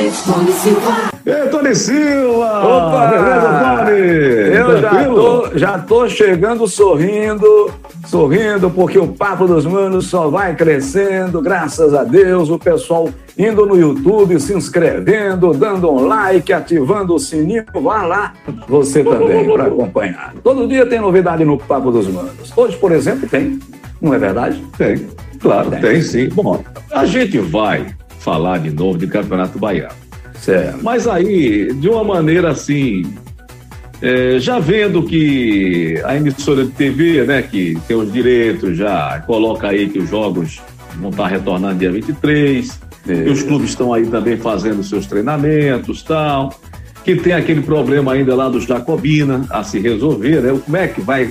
Tony Silva. Tony Silva! Opa! Beleza, Tony? Eu já tô chegando sorrindo, porque o Papo dos Manos só vai crescendo, graças a Deus, o pessoal indo no YouTube, se inscrevendo, dando um like, ativando o sininho, vá lá você também para acompanhar. Todo dia tem novidade no Papo dos Manos. Hoje, por exemplo, tem, não é verdade? Tem, claro, tem sim. Bom, a gente vai falar de novo de Campeonato Baiano. Certo. Mas aí, de uma maneira assim, já vendo que a emissora de TV, né, que tem os direitos, já coloca aí que os jogos vão estar retornando dia 23, que os clubes estão aí também fazendo seus treinamentos e tal, que tem aquele problema ainda lá do Jacobina a se resolver, né? Como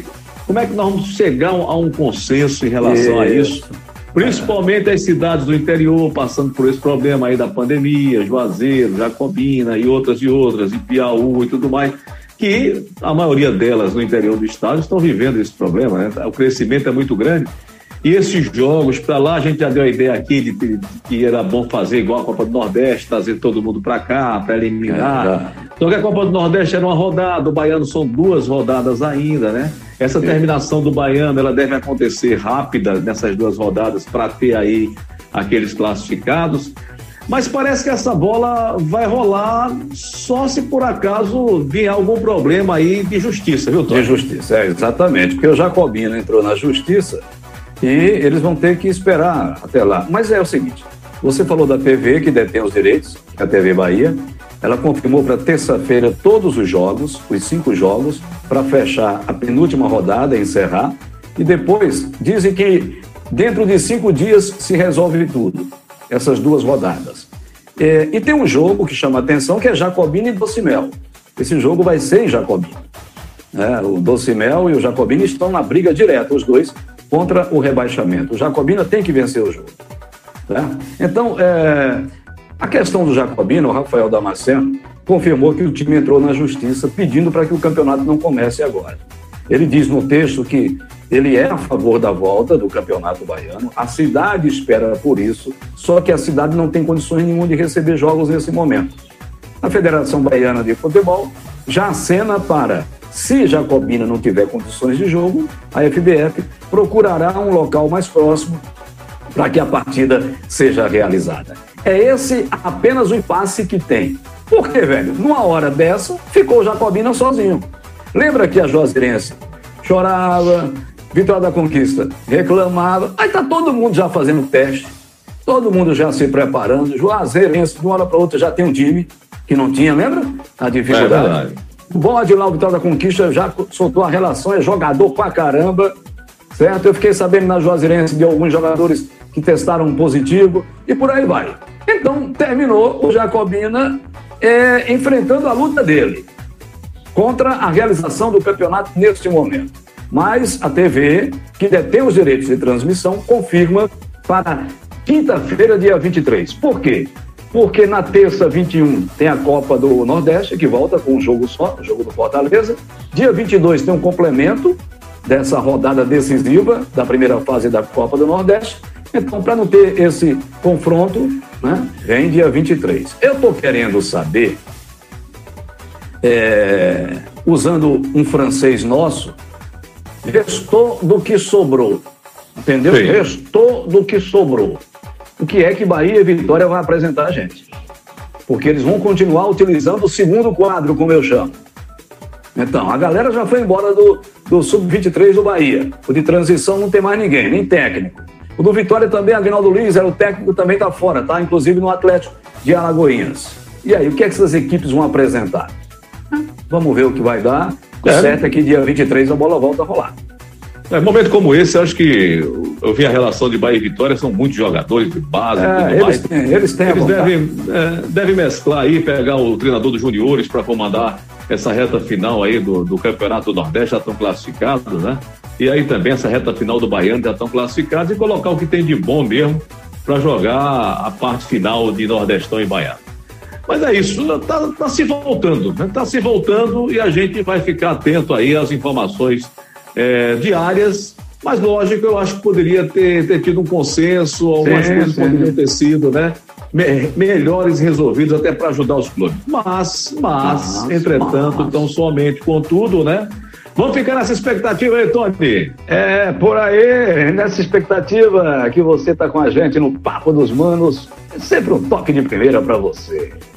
é que nós vamos chegar a um consenso em relação a isso? Principalmente as cidades do interior passando por esse problema aí da pandemia, Juazeiro, Jacobina e outras, e Piauí e tudo mais, que a maioria delas no interior do estado estão vivendo esse problema, né? O crescimento é muito grande. E esses jogos, para lá, a gente já deu a ideia aqui de que era bom fazer igual a Copa do Nordeste, trazer todo mundo para cá, para eliminar. Só que a Copa do Nordeste era uma rodada, o Baiano são 2 rodadas ainda, né? Essa terminação do Baiano, ela deve acontecer rápida nessas 2 rodadas para ter aí aqueles classificados. Mas parece que essa bola vai rolar só se por acaso vier algum problema aí de justiça, viu, Tony? De justiça, exatamente. Porque o Jacobina entrou na justiça e eles vão ter que esperar até lá. Mas é o seguinte, você falou da TV, que detém os direitos, que é a TV Bahia. Ela confirmou para terça-feira todos os jogos, os 5 jogos, para fechar a penúltima rodada e encerrar. E depois dizem que dentro de 5 dias se resolve tudo, essas 2 rodadas. E tem um jogo que chama a atenção, que é Jacobina e Docimel. Esse jogo vai ser em Jacobina. O Docimel e o Jacobina estão na briga direta, os dois, contra o rebaixamento. O Jacobina tem que vencer o jogo. Então, a questão do Jacobina, o Rafael Damasceno, confirmou que o time entrou na justiça pedindo para que o campeonato não comece agora. Ele diz no texto que ele é a favor da volta do campeonato baiano, a cidade espera por isso, só que a cidade não tem condições nenhuma de receber jogos nesse momento. A Federação Baiana de Futebol já acena para, se Jacobina não tiver condições de jogo, a FBF procurará um local mais próximo para que a partida seja realizada. É esse apenas o impasse que tem. Por quê, velho? Numa hora dessa, ficou o Jacobina sozinho. Lembra que a Juazeirense chorava, Vitória da Conquista reclamava, aí tá todo mundo já fazendo teste, todo mundo já se preparando, Juazeirense de uma hora para outra já tem um time que não tinha, lembra? A dificuldade. O bode lá, o Vitória da Conquista, já soltou a relação, é jogador pra caramba, certo? Eu fiquei sabendo na Juazeirense de alguns jogadores que testaram positivo e por aí vai. Então, terminou o Jacobina enfrentando a luta dele contra a realização do campeonato neste momento. Mas a TV, que detém os direitos de transmissão, confirma para quinta-feira, dia 23. Por quê? Porque na terça, 21, tem a Copa do Nordeste, que volta com um jogo só, o jogo do Fortaleza. Dia 22 tem um complemento dessa rodada decisiva da primeira fase da Copa do Nordeste. Então, para não ter esse confronto, né, vem dia 23. Eu estou querendo saber, usando um francês nosso, restou do que sobrou. Entendeu? Sim. Restou do que sobrou. O que é que Bahia e Vitória vai apresentar a gente? Porque eles vão continuar utilizando o segundo quadro, como eu chamo. Então, a galera já foi embora do Sub-23 do Bahia. O de transição não tem mais ninguém, nem técnico. O do Vitória também, Aguinaldo Luiz, era o técnico, também está fora, tá? Inclusive no Atlético de Alagoinhas. E aí, o que é que essas equipes vão apresentar? Vamos ver o que vai dar. O certo é que dia 23 a bola volta a rolar. Momento como esse, eu acho que eu vi a relação de Bahia e Vitória, são muitos jogadores de base. Eles devem mesclar aí, pegar o treinador dos juniores para comandar essa reta final aí do Campeonato do Nordeste, já estão classificados, né? E aí também essa reta final do Baiano já estão classificados, e colocar o que tem de bom mesmo para jogar a parte final de Nordestão e Baiano. Mas é isso, tá se voltando, né? Tá se voltando, e a gente vai ficar atento aí às informações diárias Mas, lógico, eu acho que poderia ter tido um consenso, algumas coisas poderiam ter sido, né, melhores resolvidas até para ajudar os clubes. Entretanto, então, somente, contudo, né? Vamos ficar nessa expectativa aí, Tony? Por aí, nessa expectativa que você está com a gente no Papo dos Manos, é sempre um toque de primeira para você.